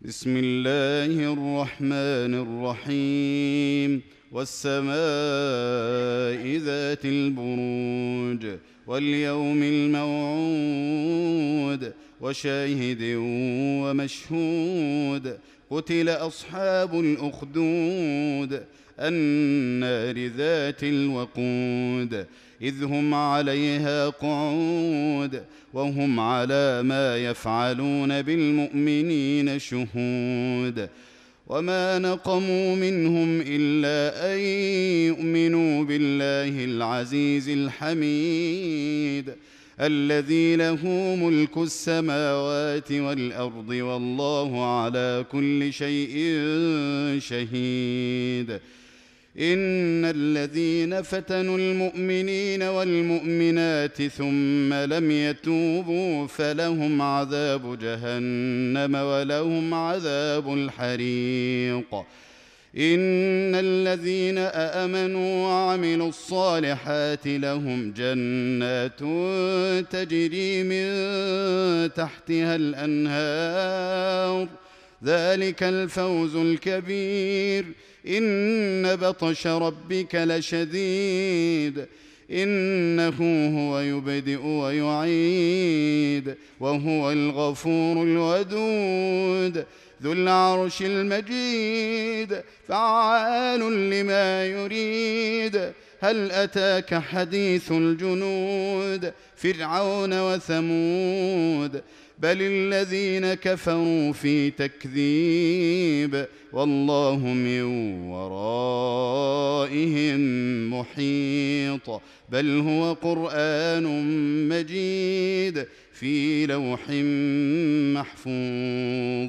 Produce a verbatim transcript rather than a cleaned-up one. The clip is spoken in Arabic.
بسم الله الرحمن الرحيم والسماء ذات البروج واليوم الموعود وشاهد ومشهود قتل أصحاب الأخدود النار ذات الوقود إذ هم عليها قعود وهم على ما يفعلون بالمؤمنين شهود وما نقموا منهم إلا أن يؤمنوا بالله العزيز الحميد الذي له ملك السماوات والأرض والله على كل شيء شهيد. إن الذين فتنوا المؤمنين والمؤمنات ثم لم يتوبوا فلهم عذاب جهنم ولهم عذاب الحريق. إن الذين آمنوا وعملوا الصالحات لهم جنات تجري من تحتها الأنهار ذلك الفوز الكبير. إن بطش ربك لشديد إنه هو يبدئ ويعيد وهو الغفور الودود ذو العرش المجيد فعال لما يريد. هل أتاك حديث الجنود فرعون وثمود بل الذين كفروا في تكذيب والله من ورائهم محيط بل هو قرآن مجيد في لوح محفوظ.